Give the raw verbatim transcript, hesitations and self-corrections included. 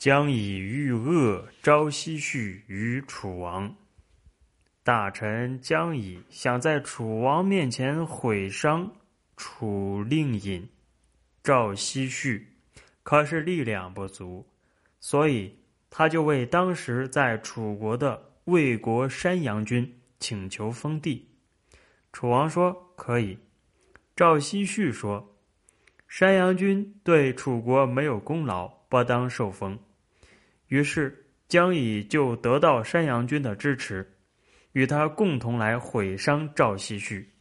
将以欲恶昭西绪于楚王。大臣将以想在楚王面前毁伤楚令尹赵西绪，可是力量不足，所以他就为当时在楚国的魏国山阳君请求封地。楚王说可以。赵西绪说，山阳君对楚国没有功劳，不当受封。于是姜乙就得到山阳君的支持，与他共同来毁伤赵西绪。